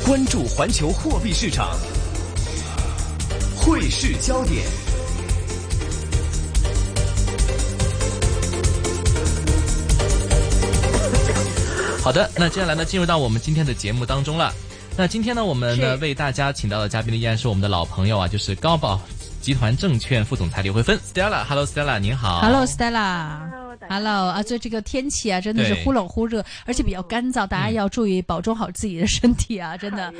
关注环球货币市场，汇市焦点。好的，那接下来呢，进入到我们今天的节目当中了。那今天呢，我们呢为大家请到的嘉宾呢，依然是我们的老朋友啊，就是高宝集团证券副总裁刘慧芬 Stella。Hello Stella， 您好。 Hello Stella。Hello 啊，这个天气啊，真的是忽冷忽热，而且比较干燥，大家要注意保重好自己的身体啊，真的。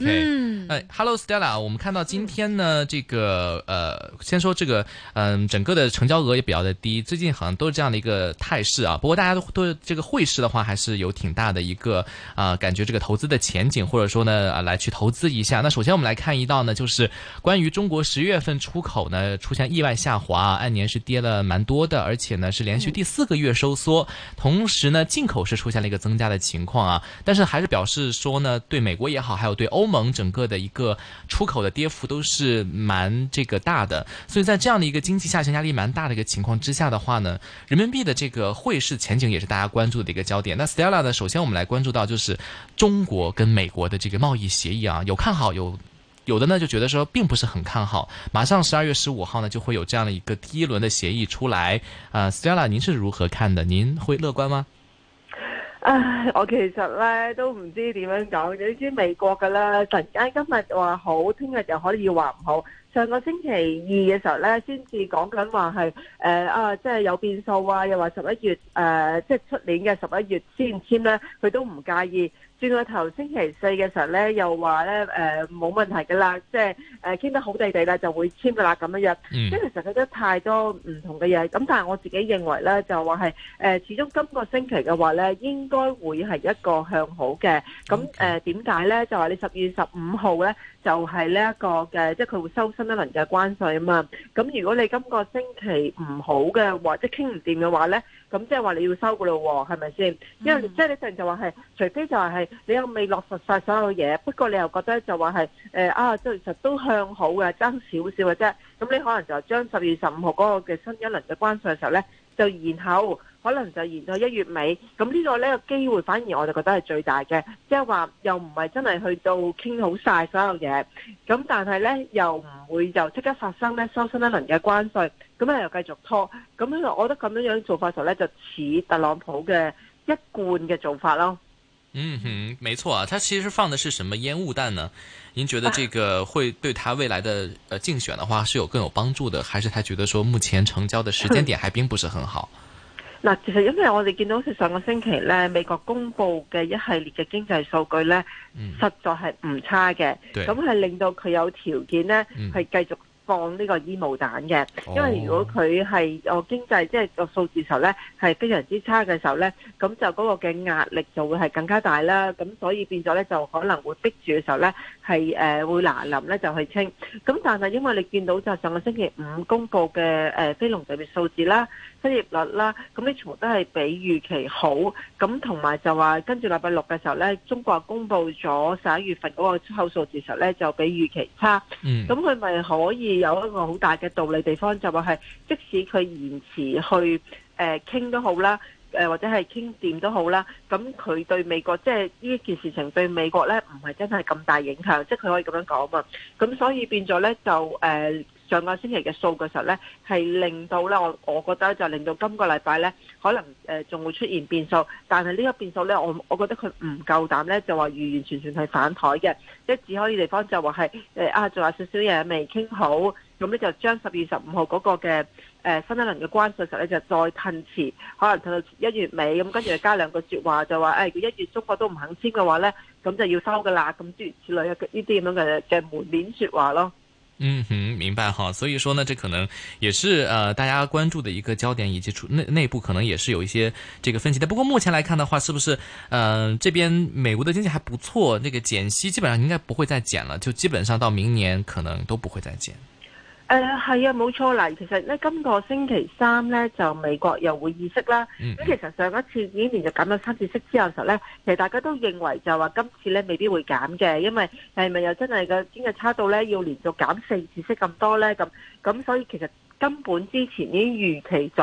OK，Hello Stella， 我们看到今天呢，这个先说这个整个的成交额也比较的低，最近好像都是这样的一个态势啊。不过大家都这个汇市的话，还是有挺大的一个感觉这个投资的前景，或者说呢来去投资一下。那首先我们来看一道呢，就是关于中国10月份出口呢出现意外下滑，按年是跌了蛮多的，而且呢是连续第4个月收缩，同时呢进口是出现了一个增加的情况啊，但是还是表示说呢，对美国也好，还有对欧盟整个的一个出口的跌幅都是蛮这个大的，所以在这样的一个经济下行压力蛮大的一个情况之下的话呢，人民币的这个汇市前景也是大家关注的一个焦点。那 Stella 呢，首先我们来关注到就是中国跟美国的这个贸易协议啊，有看好有的呢就觉得说并不是很看好，马上12月15号呢就会有这样的一个第一轮的协议出来。Stella 您是如何看的？您会乐观吗？ 我其實咧都唔知點樣講，你知美國㗎啦，突然間今日話好，聽日就可以話唔好。上個星期二嘅時候咧，先至講緊話係即係有變數啊，又話11月即係出年嘅11月先簽咧，佢都唔介意。轉個頭星期四嘅時候咧，又話咧冇問題㗎啦，即係傾得好地地啦，就會簽㗎啦咁樣樣。即係其實佢都太多唔同嘅嘢，咁但係我自己認為咧，就話係始終今個星期嘅話咧，應該會係一個向好嘅。咁點解咧？就話你12月15號咧，就係呢一個嘅，即係佢會收新一輪嘅關稅啊嘛。咁如果你今個星期唔好嘅話，即係傾唔掂嘅話咧，咁即係話你要收㗎咯喎，係咪先？因為即係你突然就話係，除非就係你又未落實晒所有嘢，不過你又覺得就話係即係其實都向好嘅，爭少少嘅啫。咁你可能就將12月15號嗰個嘅新一輪嘅關稅嘅時候咧，就延後，可能就延到1月尾。咁呢個機會反而我就覺得係最大嘅，即係話又唔係真係去到傾好晒所有嘢，咁但係咧又唔會就即刻發生咧收新一輪嘅關稅，咁又繼續拖。咁我覺得咁樣做法嘅時候咧，就似特朗普嘅一貫嘅做法咯。 没错啊，他其实放的是什么烟雾弹呢？您觉得这个会对他未来的竞选的话是更有帮助的，还是他覺得說目前成交的時間點還並不是很好？ 嗱，其實因為我哋見到上個星期咧，美國公布嘅一系列嘅經濟數據咧，實在係唔差嘅，咁係令到佢有條件咧係繼續放呢個煙霧彈嘅，因為如果佢係經濟即係個數字時候咧係非常之差嘅時候咧，咁就嗰個嘅壓力就會係更加大啦。咁所以變咗咧就可能會逼住嘅時候咧係會嗱臨咧就去清。咁但係因為你見到就上個星期五公布嘅非農就業數字啦、失業率啦，咁呢全部都係比預期好。咁同埋就話跟住禮拜六嘅時候咧，中國公布咗11月份嗰個出口數字時候咧就比預期差。咁佢咪可以有一個好大嘅道理地方，就話係即使佢延遲去傾都好啦，或者係傾掂都好啦，咁佢對美國即係呢一件事情對美國咧唔係真係咁大影響，即係佢可以咁樣講嘛。咁所以變咗咧就上個星期嘅數據時候咧係令到咧我覺得就令到今個禮拜咧可能仲會出現變數，但係呢個變數咧我覺得佢唔夠膽咧就話完完全全係反台嘅，即係只可以地方就話係仲有少少嘢未傾好，咁咧就將12月15號嗰個嘅新一輪嘅關稅時候咧就再褪遲，可能褪到1月尾，咁跟住加兩個説話就話如果1月中國都唔肯簽嘅話咧，咁就要收㗎啦，咁諸如此類嘅呢啲咁樣嘅門面説話咯。 明白哈。所以說呢，這可能也是大家關注的一個焦點，以及內部可能也是有一些這個分歧的。不過目前來看的話，是不是這邊美國的經濟還不錯，那個減息基本上應該不會再減了，就基本上到明年可能都不會再減。 係啊，冇錯啦。其實咧，今個星期三咧就美國又會議息啦。咁其實上一次已經連續減咗3次息之後嘅時候咧，其實大家都認為就話今次咧未必會減嘅，因為係咪又真係個經濟差到咧要連續減4次息咁多咧？咁所以其實根本之前已經預期咗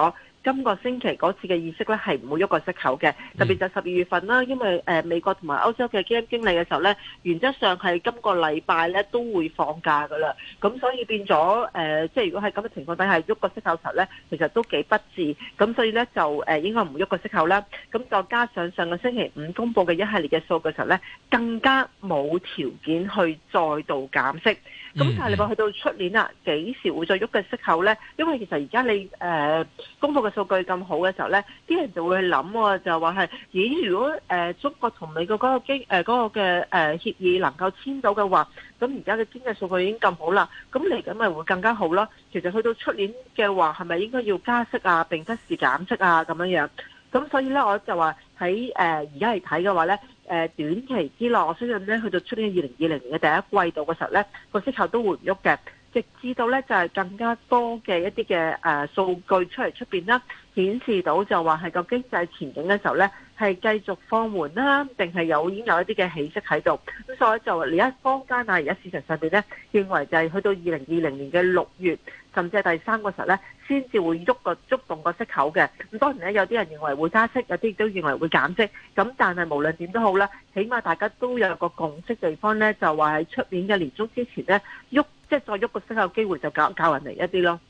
今個星期嗰次嘅議息咧係唔會喐個息口嘅，特別就12月份啦，因為美國同埋歐洲嘅基金經理嘅時候咧，原則上係今個禮拜咧都會放假噶啦，咁所以變咗即係如果喺咁嘅情況底下喐個息口時候咧，其實都幾不智，咁所以咧就應該唔會喐個息口啦。咁再加上上個星期五公佈嘅一系列嘅數據時候咧，更加冇條件去再度減息。咁但係你話去到出年啦，幾時會再喐嘅息口咧？因為其實而家你公佈嘅數據咁好嘅時候咧，啲人就會去諗喎，就話係咦，如果中國同美國嗰個嘅協議能夠簽到嘅話，咁而家嘅經濟數據已經咁好啦，咁嚟緊咪會更加好咯。其實去到出年嘅話，係咪應該要加息啊，並不是減息啊咁樣樣？咁所以咧，我就話喺而家嚟睇嘅話咧。短期之內，我相信咧去到出年2020年嘅第一季度嘅時候咧，個息口都會唔喐嘅，直至到咧就係更加多嘅一啲嘅數據出嚟出邊啦，顯示到就話係個經濟前景嘅時候咧係繼續放緩啦，定係已經有一啲嘅起色喺度。咁所以就而家坊間啊，而家市場上邊咧認為就係去到2020年嘅6月，甚至係第3個時候咧，先至會觸動個息口嘅。咁當然咧，有啲人認為會加息，有啲亦都認為會減息。咁但係無論點都好啦，起碼大家都有個共識地方咧，就話喺出年嘅年中之前咧，即係再喐個息口機會就較人嚟一啲咯。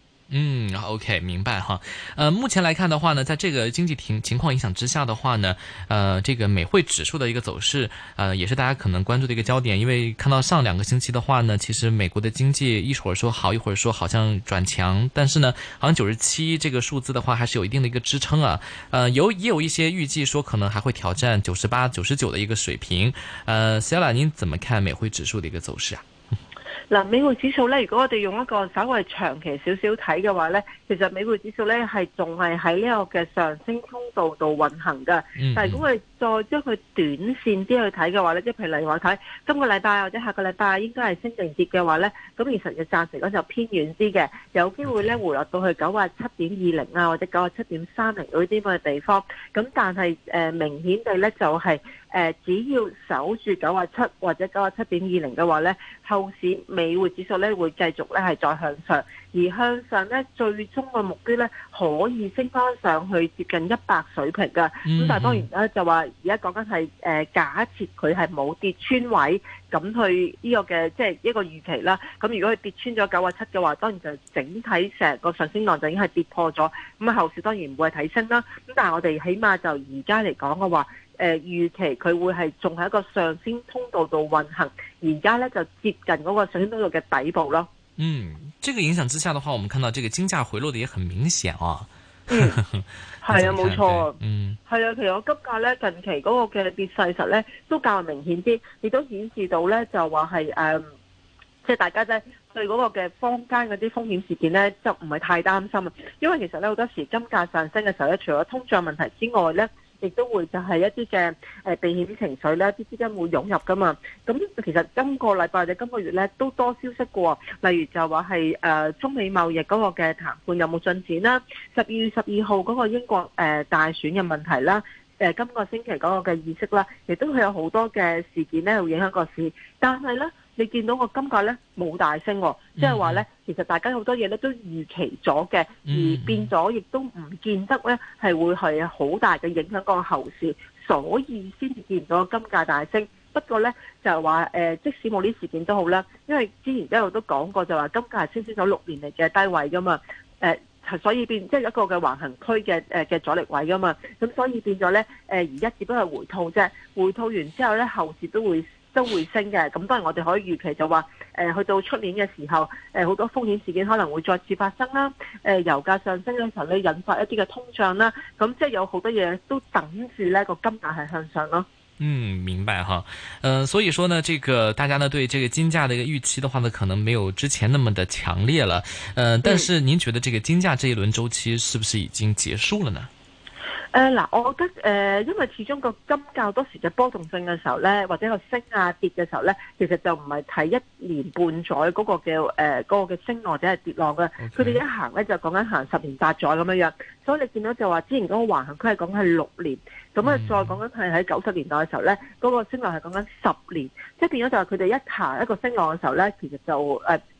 OK， 明白哈。目前來看的話呢，在這個經濟情況影響之下的話呢，這個美匯指數的一個走勢，也是大家可能關注的一個焦點。因為看到上2個星期的話呢，其實美國的經濟一會兒說好，一會兒說好像轉強，但是呢，好像97這個數字的話，還是有一定的一個支撐啊。也有一些預計說可能還會挑戰98、99的一個水平。Stella，您怎麼看美匯指數的一個走勢啊？ 嗱，美匯指數咧，如果我哋用一個稍微長期少少睇嘅話咧，其實美匯指數咧係仲係喺呢個嘅上升通道度運行嘅。但係如果我哋再將佢短線啲去睇嘅話咧，即係譬如例如話睇今個禮拜或者下個禮拜應該係升定跌嘅話咧，咁其實嘅暫時嗰就偏遠啲嘅，有機會咧回落到去97.20啊或者97.30嗰啲咁嘅地方。咁但係明顯地咧就係只要守住97或者97.20嘅話咧，後市美匯指數咧會繼續咧係再向上，而向上咧最終嘅目標咧可以升翻上去接近100水平㗎。咁但係當然咧就話而家講緊係假設佢係冇跌穿位，咁去呢個嘅即係一個預期啦。咁如果佢跌穿咗97嘅話，當然就整體成個上升浪就已經係跌破咗。咁啊後市當然唔會係睇升啦。咁但係我哋起碼就而家嚟講嘅話，預期佢會係仲喺一個上升通道度運行，而家咧就接近嗰個上升通道嘅底部咯。 這個影響之下的話，我們看到這個金價回落得也很明顯啊。 係啊，冇錯。係啊，其實我金價咧近期嗰個嘅跌勢實咧都較為明顯啲，亦都顯示到咧就話係即係大家咧對嗰個嘅坊間嗰啲風險事件咧就唔係太擔心啊。因為其實咧好多時金價上升嘅時候咧，除咗通脹問題之外咧，亦都會就係一啲嘅避險情緒咧，啲資金會湧入噶嘛。咁其實今個禮拜或者今個月咧都多消息過，例如就話係中美貿易嗰個嘅談判有冇進展啦，12月12號嗰個英國大選嘅問題啦，今個星期嗰個嘅議息啦，亦都係有好多嘅事件咧會影響個市，但係咧。你見到個金價咧冇大升，即係話咧，其實大家好多嘢咧都預期咗嘅，而變咗亦都唔見得咧係會係好大嘅影響個後市，所以先至見到個金價大升。不過咧就係話即使冇呢事件都好啦，因為之前一路都講過就話金價係升咗6年嚟嘅低位噶嘛，所以變即係一個嘅橫行區嘅阻力位噶嘛，咁所以變咗咧而家只不過係回吐啫，回吐完之後咧後市都會升嘅。咁當然我哋可以預期就話去到出年嘅時候好多風險事件可能會再次發生啦，油價上升嘅時候咧引發一啲嘅通脹啦，咁即係有好多嘢都等住咧個金價係向上咯。 明白哈。所以說呢，這個大家呢對這個金價的一個預期的話呢，可能沒有之前那麼的強烈了。但是您覺得這個金價這一輪週期是不是已經結束了呢？ 嗱，我覺得因為始終個金價多時嘅波動性嘅時候咧，或者個升啊跌嘅時候咧，其實就唔係睇1年半載嗰個嘅升浪或者係跌浪嘅，佢哋一行咧就講緊行10年8載咁樣樣，所以你見到就話之前嗰個橫行區係講係6年，咁啊再講緊係喺90年代嘅時候咧，嗰個升浪係講緊10年，即係變咗就係佢哋一行一個升浪嘅時候咧，其實就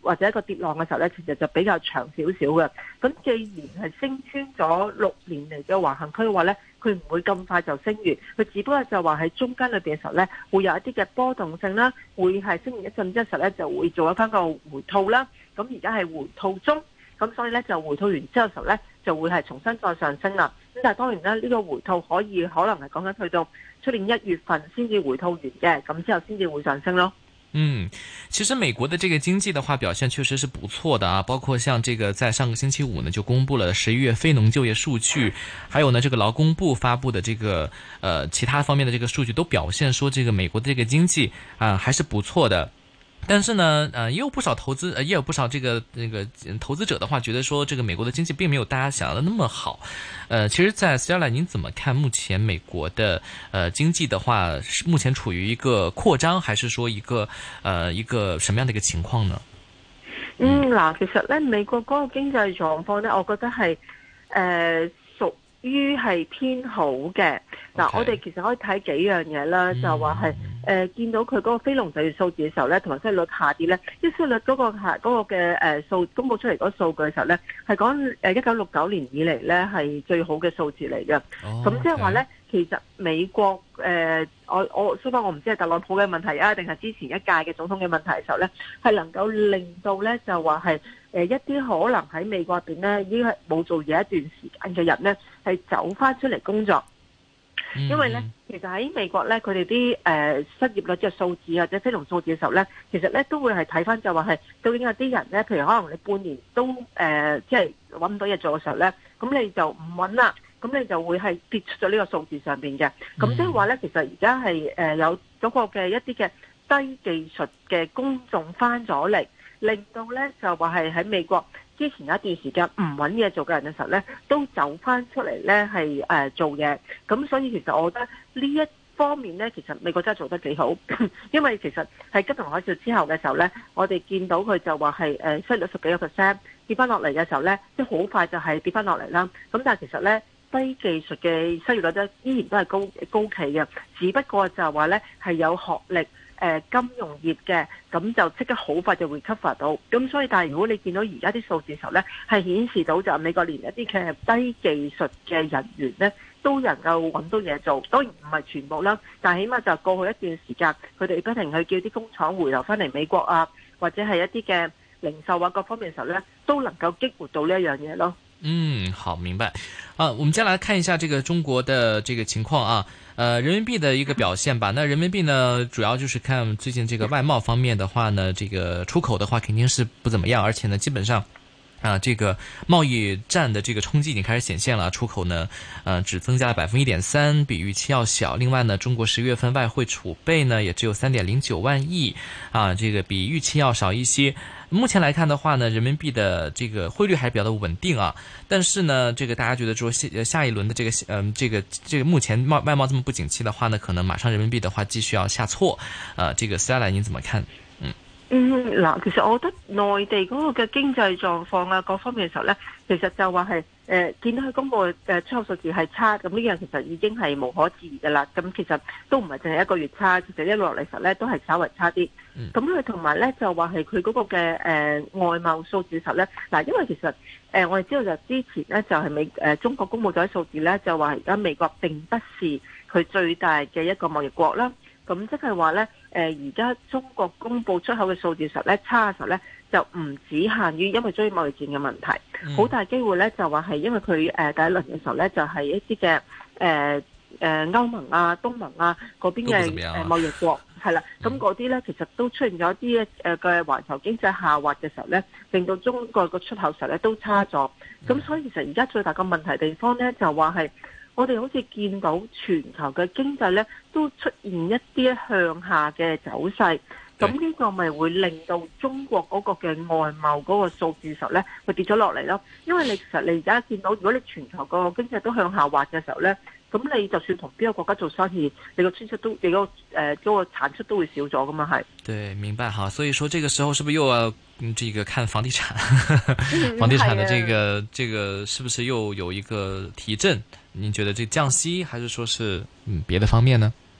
或者一個跌浪嘅時候咧，其實就比較長少少嘅。咁既然係升穿咗6年嚟嘅橫行區嘅話咧，佢唔會咁快就升完，佢只不過就話喺中間裏邊嘅時候咧，會有一啲嘅波動性啦，會係升完一陣之後咧就會做一翻個回吐啦。咁而家係回吐中，咁所以咧就回吐完之後嘅時候咧就會係重新再上升啦。咁但係當然啦，呢個回吐可能係講緊去到出年1月份先至回吐完嘅，咁之後先至會上升咯。 其實美國的這個經濟的話表現確實是不錯的啊，包括像這個在上個星期五呢就公布了11月非農就業數據，還有呢這個勞工部發布的這個其他方面的這個數據都表現說這個美國的這個經濟還是不錯的。但是呢，也有不少投資，也有不少這個投資者的話，覺得說這個美國的經濟並沒有大家想象的那麼好。其實，在 Stella， 您怎麼看目前美國的經濟的話，是目前處於一個擴張，還是說一個什麼樣的一個情況呢？ 嗱，其實咧，美國嗰個經濟狀況咧，我覺得係屬於係偏好嘅。嗱，我哋其實可以睇幾樣嘢啦，就話係見到佢嗰個非農就業數字嘅時候咧，同埋失業率下跌咧，即係失業率嗰個嘅數公佈出嚟嗰個數據嘅時候咧，係講1969年以嚟咧係最好嘅數字嚟嘅。咁即係話咧，其實美國我所以講我唔知係特朗普嘅問題啊，定係之前一屆嘅總統嘅問題嘅時候咧，係能夠令到咧就話係一啲可能喺美國入邊咧已經係冇做嘢一段時間嘅人咧，係走翻出嚟工作。因為咧，其實喺美國咧，佢哋啲失業率嘅數字或者非農數字嘅時候咧，其實咧都會係睇翻就話係究竟有啲人咧，譬如可能你半年都即係揾唔到嘢做嘅時候咧，咁你就唔揾啦，咁你就會係跌出咗呢個數字上邊嘅。咁即係話咧，其實而家係有嗰個嘅一啲嘅低技術嘅工種翻咗嚟，令到咧就話係喺美國之前有一段時間唔揾嘢做嘅人嘅時候咧，都走翻出嚟咧係做嘢。咁所以其實我覺得呢一方面咧，其實美國真係做得幾好，因為其實喺金融海嘯之後嘅時候咧，我哋見到佢就話係失業率10幾個%跌翻落嚟嘅時候咧，即係好快就係跌翻落嚟啦。咁但係其實咧，低技術嘅失業率咧依然都係高企嘅，只不過就話咧係有學歷金融業嘅，咁就即刻好快就會 recover 到。咁所以但係如果你見到而家啲數字嘅時候咧，係顯示到就美國連一啲嘅低技術嘅人員咧都能夠揾到嘢做，當然唔係全部啦，但係起碼就過去一段時間，佢哋不停去叫啲工廠回流翻嚟美國啊，或者係一啲嘅零售啊各方面嘅時候咧，都能夠激活到呢一樣嘢咯。 好，明白。我們接下來看一下這個中國的這個情況啊，人民幣的一個表現吧。那人民幣呢，主要就是看最近這個外貿方面的話呢，這個出口的話肯定是不怎麼樣，而且呢，基本上這個貿易戰的這個衝擊已經開始顯現了，出口呢，只增加了1.3%，比預期要小。另外呢，中國10月份外匯儲備呢，也只有3.09萬億，這個比預期要少一些。目前來看的話呢，人民幣的這個匯率還是比較的穩定啊。但是呢，這個大家覺得說下一輪的這個目前外貿這麼不景氣的話呢，可能馬上人民幣的話繼續要下挫。這個 Stella 您怎麼看？ 嗱，其實我覺得內地嗰個嘅經濟狀況啊，各方面嘅時候咧，其實就話係見到佢公布嘅出口數字係差，咁呢樣其實已經係無可置疑㗎啦。咁其實都唔係淨係一個月差，其實一路落嚟時候咧都係稍為差啲。咁佢同埋咧就話係佢嗰個嘅外貿數字時候咧，嗱，因為其實我哋知道就之前咧就係中國公布咗啲數字咧，就話而家美國並不是佢最大嘅一個貿易國啦。咁即係話咧，而家中國公布出口嘅數字實咧差嘅時候咧，就唔只限於因為中美貿易戰嘅問題，好大機會咧就話係因為佢第一輪嘅時候咧就係一啲嘅歐盟啊、東盟啊嗰邊嘅貿易國係啦，咁嗰啲咧其實都出現咗一啲嘅環球經濟下滑嘅時候咧，令到中國個出口實咧都差咗。咁所以其實而家最大嘅問題地方咧就話係，我哋好似見到全球嘅經濟咧都出現一啲向下嘅走勢，咁呢個咪會令到中國嗰個嘅外貿嗰個數字時候咧，會跌咗落嚟咯。因為其實你而家見到，如果你全球個經濟都向下滑嘅時候咧，咁你就算同邊個國家做生意，你個出出都你嗰個產出都會少咗噶嘛，係。對， 明白哈。所以說，這個時候是不是又要這個看房地產？房地產的這個是不是又有一個提振？您覺得這降息，還是說是別的方面呢？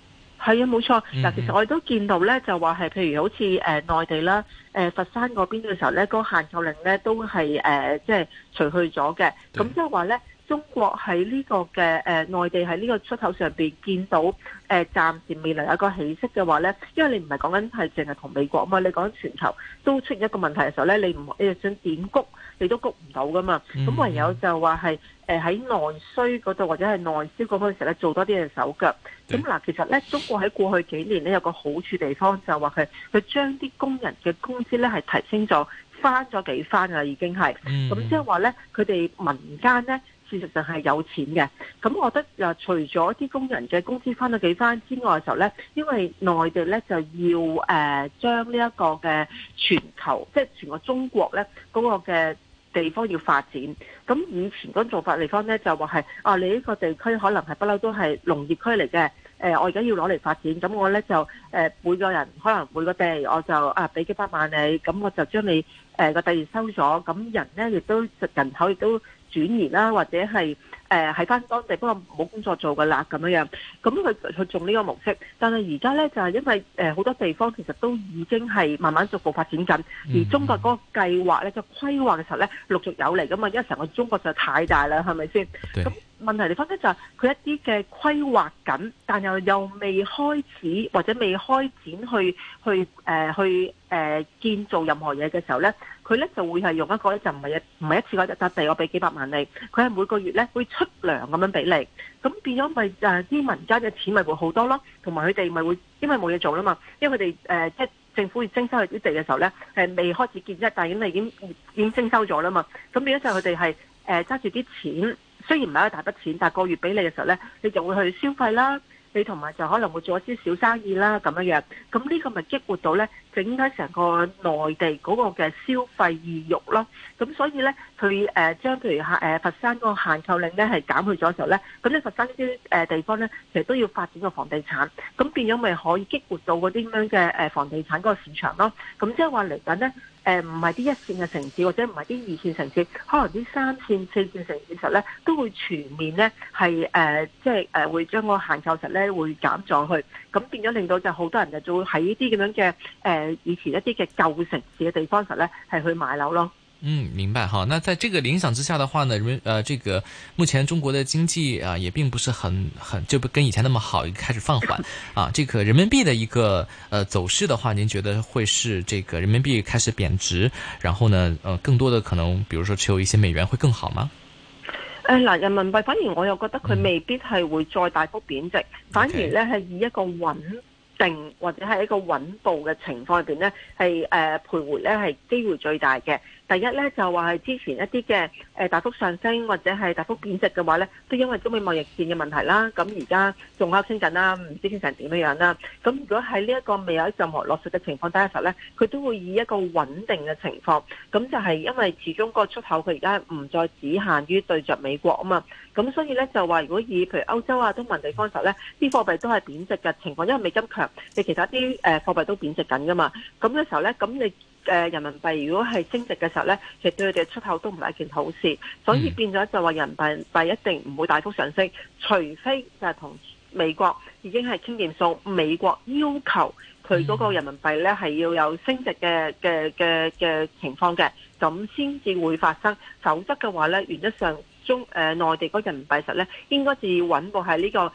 係啊，冇錯。嗱，其實我哋都見到咧，就話係譬如好似內地啦，佛山嗰邊嘅時候咧，嗰個限購令咧都係即係除去咗嘅。咁即係話咧，中國喺呢個嘅內地喺呢個出口上邊見到暫時未來有一個起色嘅話咧，因為你唔係講緊係淨係同美國啊嘛，你講緊全球都出現一個問題嘅時候咧，你想點谷你都谷唔到噶嘛。咁唯有就話係喺內需嗰度或者係內銷嗰方面時候咧，做多啲嘅手腳。咁嗱，其實咧，中國喺過去幾年咧有個好處地方就話佢將啲工人嘅工資咧係提升咗翻咗幾番㗎啦，已經係。咁即係話咧，佢哋民間咧事實上係有錢嘅。咁我覺得除咗啲工人嘅工資翻咗幾番之外嘅時候咧，因為內地咧就要將呢一個嘅全球，即係全個中國咧嗰個嘅地方要發展。咁以前嗰種做法地方咧就話係你呢個地區可能係不嬲都係農業區嚟嘅。我而家要攞嚟發展，咁我咧就每個人可能每個地我就俾幾百萬你，咁我就將你個地收咗，咁人咧亦都人口亦都轉移啦，或者係喺翻當地，不過冇工作做噶啦咁樣樣，咁佢做呢個模式。但係而家咧就係因為好多地方其實都已經係慢慢逐步發展緊，而中國嗰個計劃咧就規劃嘅時候咧陸續有嚟噶嘛，因為成個中國就太大啦，係咪先？咁問題地方咧就係佢一啲嘅規劃緊，但又未開始或者未開展去建造任何嘢嘅時候咧，佢咧就會係用一個咧就唔係一次嗰笪地我俾幾百萬你，佢係每個月咧會出糧咁樣俾你，咁變咗咪啲民間嘅錢咪會好多咯，同埋佢哋咪會因為冇嘢做啦嘛，因為佢哋即係政府要徵收佢啲地嘅時候咧未開始建啫，但係已經徵收咗啦嘛，咁變咗就佢哋係揸住啲錢。雖然唔係一個大筆錢，但係個月俾你嘅時候咧，你就會去消費啦，你同埋就可能會做一啲小生意啦咁樣樣。咁呢個咪激活到咧整體成個內地嗰個嘅消費意欲咯。咁所以咧，佢將譬如佛山嗰個限購令咧係減去咗嘅時候咧，咁咧佛山呢啲地方咧其實都要發展個房地產，咁變咗咪可以激活到嗰啲咁樣嘅房地產嗰個市場咯。咁即係話嚟緊咧。唔係啲一線嘅城市，或者唔係啲二線城市，可能啲三線、四線城市實咧都會全面咧係即係會將個限購實咧會減咗去，咁變咗令到就好多人就會喺呢啲咁樣嘅以前一啲嘅舊城市嘅地方實咧係去買樓咯。 明白哈。那在這個影響之下的話呢，這個目前中國的經濟也並不是很就不跟以前那麼好，開始放緩啊。這個人民幣的一個走勢的話，您覺得會是這個人民幣開始貶值，然後呢更多的可能，比如說持有一些美元會更好嗎？ 嗱，人民幣反而我又覺得佢未必係會再大幅貶值，反而咧係以一個穩定或者係一個穩步嘅情況入邊咧，係徘徊咧係機會最大嘅。第一咧就話係之前一啲嘅大幅上升或者係大幅貶值嘅話咧，都因為中美貿易戰嘅問題啦。咁而家仲喺度傾緊啦，唔知傾成點樣啦。咁如果喺呢一個未有任何落實嘅情況底下時候咧，佢都會以一個穩定嘅情況。咁就係因為始終個出口佢而家唔再只限於對着美國啊嘛。咁所以咧就話如果以譬如歐洲啊、東盟地方嘅時候咧，啲貨幣都係貶值嘅情況，因為美金強，你其他啲貨幣都貶值緊噶嘛。咁嘅時候咧，咁你人民幣如果係升值嘅時候咧，其實對佢哋出口都唔係一件好事，所以變咗就話人民幣一定唔會大幅上升，除非就係同美國已經係傾掂數，美國要求佢嗰個人民幣咧係要有升值嘅情況嘅，咁先至會發生，否則嘅話咧，原則上內地嗰人民幣實咧應該是要穩步喺呢個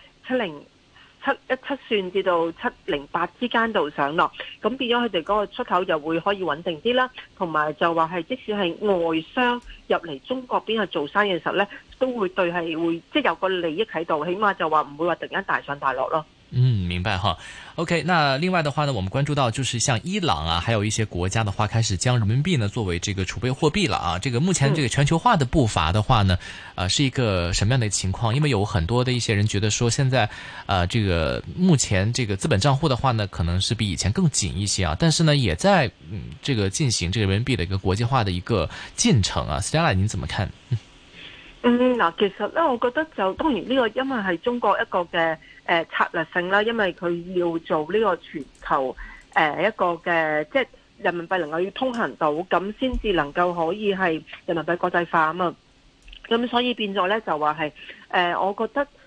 717算至到708之間度上落，咁變咗佢哋嗰個出口就會可以穩定啲啦，同埋就話係即使係外商入嚟中國邊去做生意嘅時候咧，都會對係會即係有個利益喺度，起碼就話唔會話突然間大上大落咯。 明白哈。OK， 那另外的話呢，我們關注到就是像伊朗啊，還有一些國家的話，開始將人民幣呢作為這個儲備貨幣了啊。這個目前這個全球化的步伐的話呢，是一個什麼樣的情況？因為有很多的一些人覺得說，現在這個目前這個資本賬戶的話呢，可能是比以前更緊一些啊。但是呢，也在這個進行這個人民幣的一個國際化的一個進程啊。Stella，您怎麼看？ 嗱，其實咧，我覺得就當然呢個因為係中國一個嘅策略性啦，因為佢要做呢個全球一個嘅即係人民幣能夠要通行到，咁先至能夠可以係人民幣國際化啊嘛。咁所以變咗咧就話係我覺得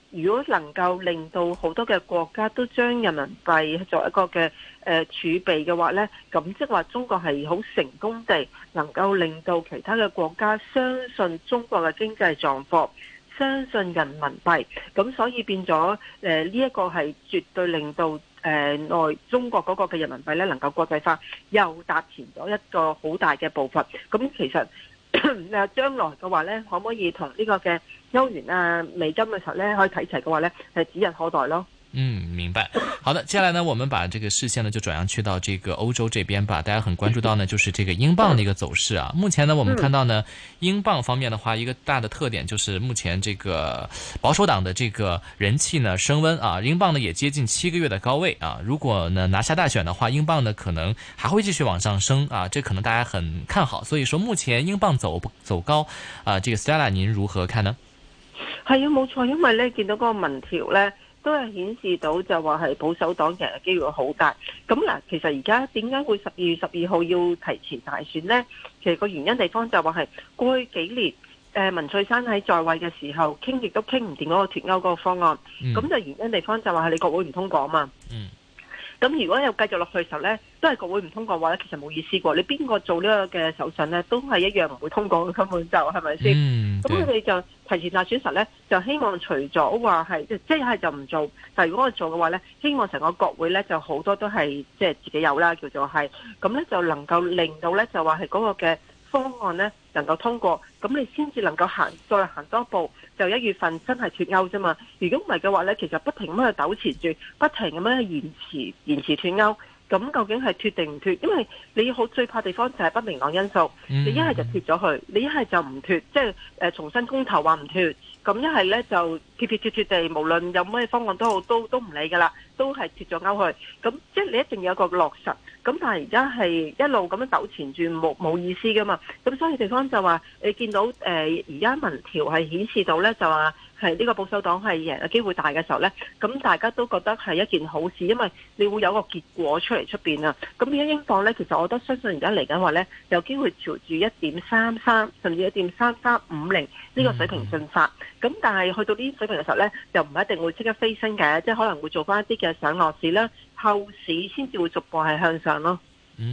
如果能夠令到好多嘅國家都將人民幣作為一個嘅儲備嘅話呢，咁即係話中國係好成功地能夠令到其他嘅國家相信中國嘅經濟狀況，相信人民幣，咁所以變咗呢一個係絕對令到內中國嗰個嘅人民幣呢能夠國際化，又踏前咗一個好大嘅步伐。咁其實將來嘅話呢，可唔可以同呢個嘅歐元啊、美金嘅時候呢，可以睇齊嘅話呢，係指日可待咯。 明白。好的，接下來呢，我們把這個視線呢就轉向去到這個歐洲這邊吧。大家很關注到呢，就是這個英鎊的一個走勢啊。目前呢，我們看到呢，英鎊方面的話，一個大的特點就是目前這個保守黨的這個人氣呢升溫啊，英鎊呢也接近7個月的高位啊。如果呢拿下大選的話，英鎊呢可能還會繼續往上升啊，這可能大家很看好。所以說目前英鎊走高啊，這個 Stella 您如何看呢？ 係啊，冇錯，因為呢見到嗰個民調呢，都係顯示到就話係保守黨其實機會好大。咁嗱，其實而家點解會12月12號要提前大選呢？其實個原因地方就話係過去幾年文翠珊喺在位嘅時候傾亦都傾唔掂嗰個脫歐嗰個方案。咁就原因地方就話係你國會唔通過嘛。咁如果又繼續落去嘅時候呢，都係國會唔通過嘅話呢，其實冇意思過。你邊個做呢個嘅首相呢，都係一樣唔會通過嘅，根本就係咪先？咁佢哋就提前大選時呢，就希望除咗話係即係就唔做，但係如果我做嘅話呢，希望成個國會呢就好多都係即係自己有啦，叫做係咁呢，就能夠令到呢就話係嗰個嘅方案呢能夠通過，咁你先至能夠再行多一步。就1月份真係脫歐啫嘛，如果唔係嘅話呢，其實不停咁去糾纏住，不停咁樣延遲脫歐，咁究竟係脫定唔脫？因為你好最怕地方就係不明朗因素，你一係就脫咗佢，你一係就唔脫，即係重新公投話唔脫，咁一係呢就脫地，無論有咩方案都好，都唔理噶啦，都係脫咗歐去，咁即係你一定有一個落實。咁但係而家係一路咁樣糾纏住冇意思噶嘛，咁所以地方就話你見到而家民調係顯示到呢，就話係呢個保守黨係贏嘅機會大嘅時候呢，咁大家都覺得係一件好事，因為你會有個結果出嚟出邊啊。咁而家英鎊呢，其實我覺得相信而家嚟緊話呢，有機會朝住1.33甚至1.3350呢個水平進發。咁但係去到呢啲水平嘅時候呢，又唔一定會即刻飛升嘅，即係可能會做翻一啲嘅上落市啦。後市先至會逐步係向上咯。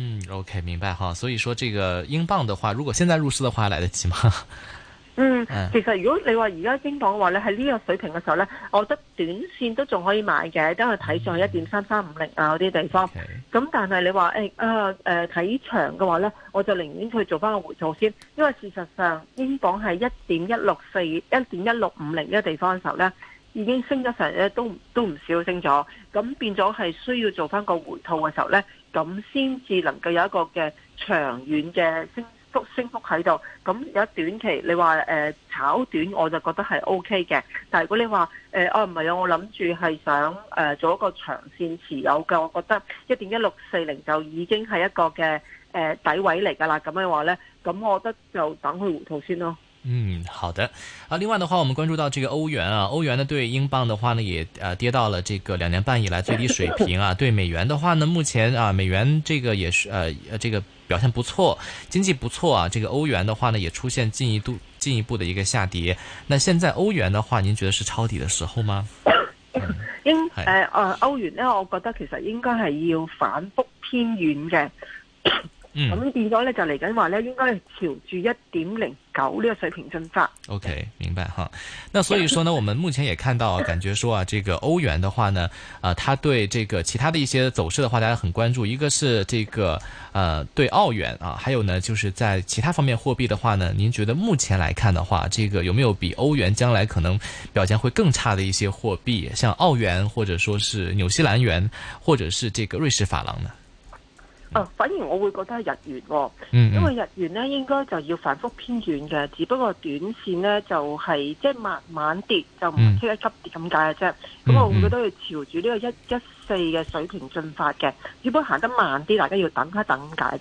OK 明白哈。所以說這個英鎊的話，如果現在入市的話，來得及嗎？ 其實如果你話而家英鎊嘅話咧，喺呢個水平嘅時候咧，我覺得短線都仲可以買嘅，等佢睇上去1.3350啊嗰啲地方。咁但係你話睇長嘅話咧，我就寧願去做翻個回吐先，因為事實上英鎊係1.164、1.1650呢個地方嘅時候咧，已經升咗成日都唔少升咗，咁變咗係需要做翻個回吐嘅時候呢，咁先至能夠有一個嘅長遠嘅升幅喺度。咁有一短期你話炒短，我就覺得係 OK 嘅。但係如果你話唔係啊，我諗住係想做一個長線持有嘅，我覺得1.1640就已經係一個嘅底位嚟㗎啦。咁嘅話呢，咁我覺得就等佢回吐先咯。 好的啊。另外的話，我們關注到這個歐元啊，歐元呢對英鎊的話呢，也跌到了這個2年半以來最低水平啊。對美元的話呢，目前啊，美元這個也是這個表現不錯，經濟不錯啊。這個歐元的話呢，也出現進一步的一個下跌。那現在歐元的話，您覺得是抄底的時候嗎？ 歐元呢，我覺得其實應該係要反覆偏軟嘅。咁變咗咧，就嚟緊話咧，應該係朝住1.09呢個水平進發。 OK，明白哈。那所以說呢，我們目前也看到，感覺說啊，這個歐元的話呢，它對這個其他的一些走勢的話，大家很關注。一個是這個對澳元啊，還有呢，就是在其他方面貨幣的話呢，您覺得目前來看的話，這個有沒有比歐元將來可能表現會更差的一些貨幣，像澳元，或者說是紐西蘭元，或者是這個瑞士法郎呢？ 反而我會覺得係日元喎，因為日元呢應該就要反覆偏軟嘅，只不過短線呢就係即係慢慢跌，就唔即係急跌咁解嘅啫。咁我會覺得要朝住呢個114嘅水平進發嘅，只不過行得慢啲，大家要等一等解啫。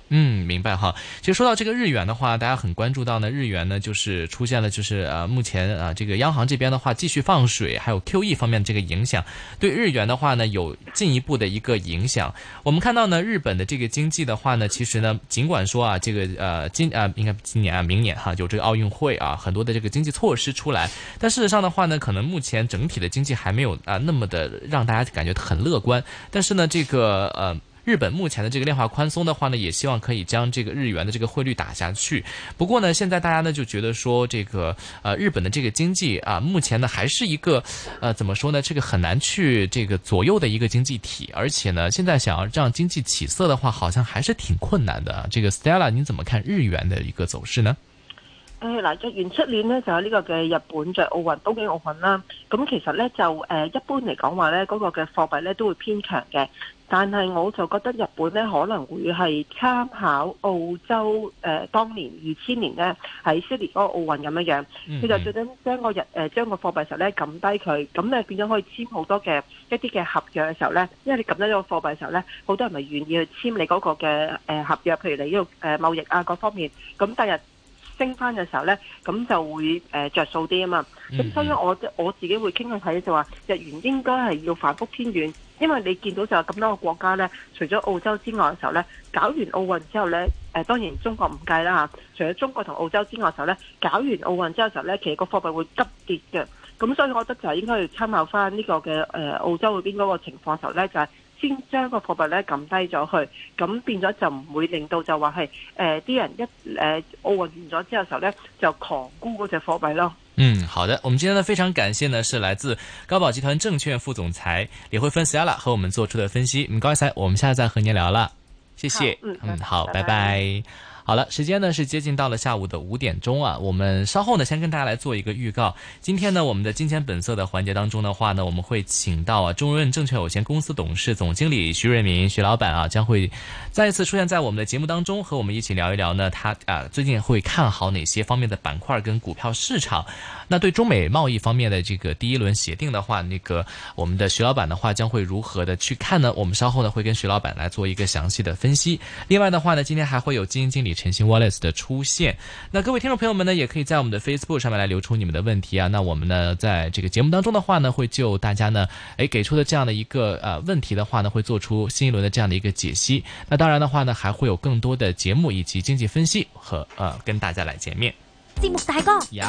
明白哈。其实说到这个日元的话，大家很关注到呢，日元呢就是出现了目前这个央行这边的话继续放水，还有 QE 方面的这个影响，对日元的话呢有进一步的一个影响。我们看到呢，日本的这个经济的话呢，其实呢，尽管说啊，这个应该今年明年哈有这个奥运会啊，很多的这个经济措施出来，但事实上的话呢，可能目前整体的经济还没有那么的让大家感觉很乐观。但是呢，这个日本目前的这个量化宽松的话呢，也希望可以将这个日元的这个汇率打下去。不过呢，现在大家呢就觉得说，这个日本的这个经济啊，目前呢还是一个怎么说呢，这个很难去这个左右的一个经济体，而且呢，现在想要让经济起色的话，好像还是挺困难的。这个 Stella， 你怎么看日元的一个走勢呢？ 嗱，日元出年呢就有呢個嘅日本嘅奧運東京奧運啦。咁其實呢，就一般嚟講話呢，嗰個嘅貨幣呢都會偏強嘅。但係我就覺得日本呢可能會係參考澳洲當年2000年呢喺悉尼嗰個奧運咁樣，佢就最緊將個貨幣時候呢撳低佢，咁咧變咗可以簽好多嘅一啲嘅合約嘅時候呢，因為你撳低咗個貨幣時候呢，好多人咪願意去簽你嗰個嘅合約，譬如你呢個貿易啊各方面，咁第日升翻嘅時候呢，咁就會着數啲啊嘛。咁所以我自己會傾向睇就話日元應該係要反覆偏軟，因為你見到就咁多個國家呢，除咗澳洲之外嘅時候呢，搞完奧運之後呢，當然中國唔計啦嚇，除咗中國同澳洲之外嘅時候呢，搞完奧運之後嘅時候呢，其實個貨幣會急跌嘅。咁所以我覺得就係應該要參考翻呢個嘅澳洲嗰邊嗰個情況嘅時候呢，就係先將個貨幣咧撳低咗去，咁變咗就唔會令到就話係啲人奧運完咗之後嘅時候咧就狂沽嗰隻貨幣咯。 好的，我們今天呢非常感謝呢是來自高寶集團證券副總裁李慧芬 Stella 和我們做出的分析。唔該晒，我們下次再和您聊了，謝謝。好，拜拜。好了，時間呢是接近到了下午的5點鐘啊，我們稍後呢先跟大家來做一個預告。今天呢我們的金錢本色的環節當中的話呢，我們會請到中潤證券有限公司董事總經理徐潤民徐老闆啊，將會再一次出現在我們的節目當中，和我們一起聊一聊呢他最近會看好哪些方面的板塊跟股票市場。那對中美貿易方面的這個第一輪協定的話，那個我們的徐老闆的話將會如何的去看呢？我們稍後呢會跟徐老闆來做一個詳細的分析。另外的話呢，今天還會有基金經理陳昕 Wallace 的出現。那各位聽眾朋友們呢，也可以在我們的 Facebook 上面來留出你們的問題啊。那我們呢，在這個節目當中的話呢，會就大家呢，給出的這樣的一個問題的話呢，會做出新一輪的這樣的一個解析。那當然的話呢，還會有更多的節目以及經濟分析和跟大家來見面。 節目大哥有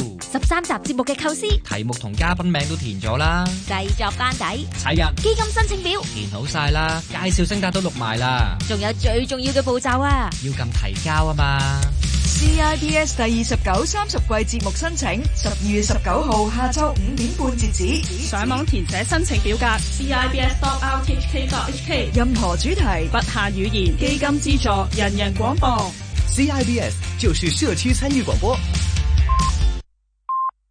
13集節目嘅構思， 題目同嘉賓名都填咗啦， 製作班底齊人， 基金申請表填好晒啦，介紹聲帶都錄埋啦， 仲有最重要嘅步驟啊， 要撳提交啊嘛。 CIBS 第29、30季節目申請12月19號下晝5點半截止， 上網填寫申請表格 CIBS.RTHK.HK， 任何主題不限語言，基金資助，人人廣播。 CIBS 就是社區參與廣播。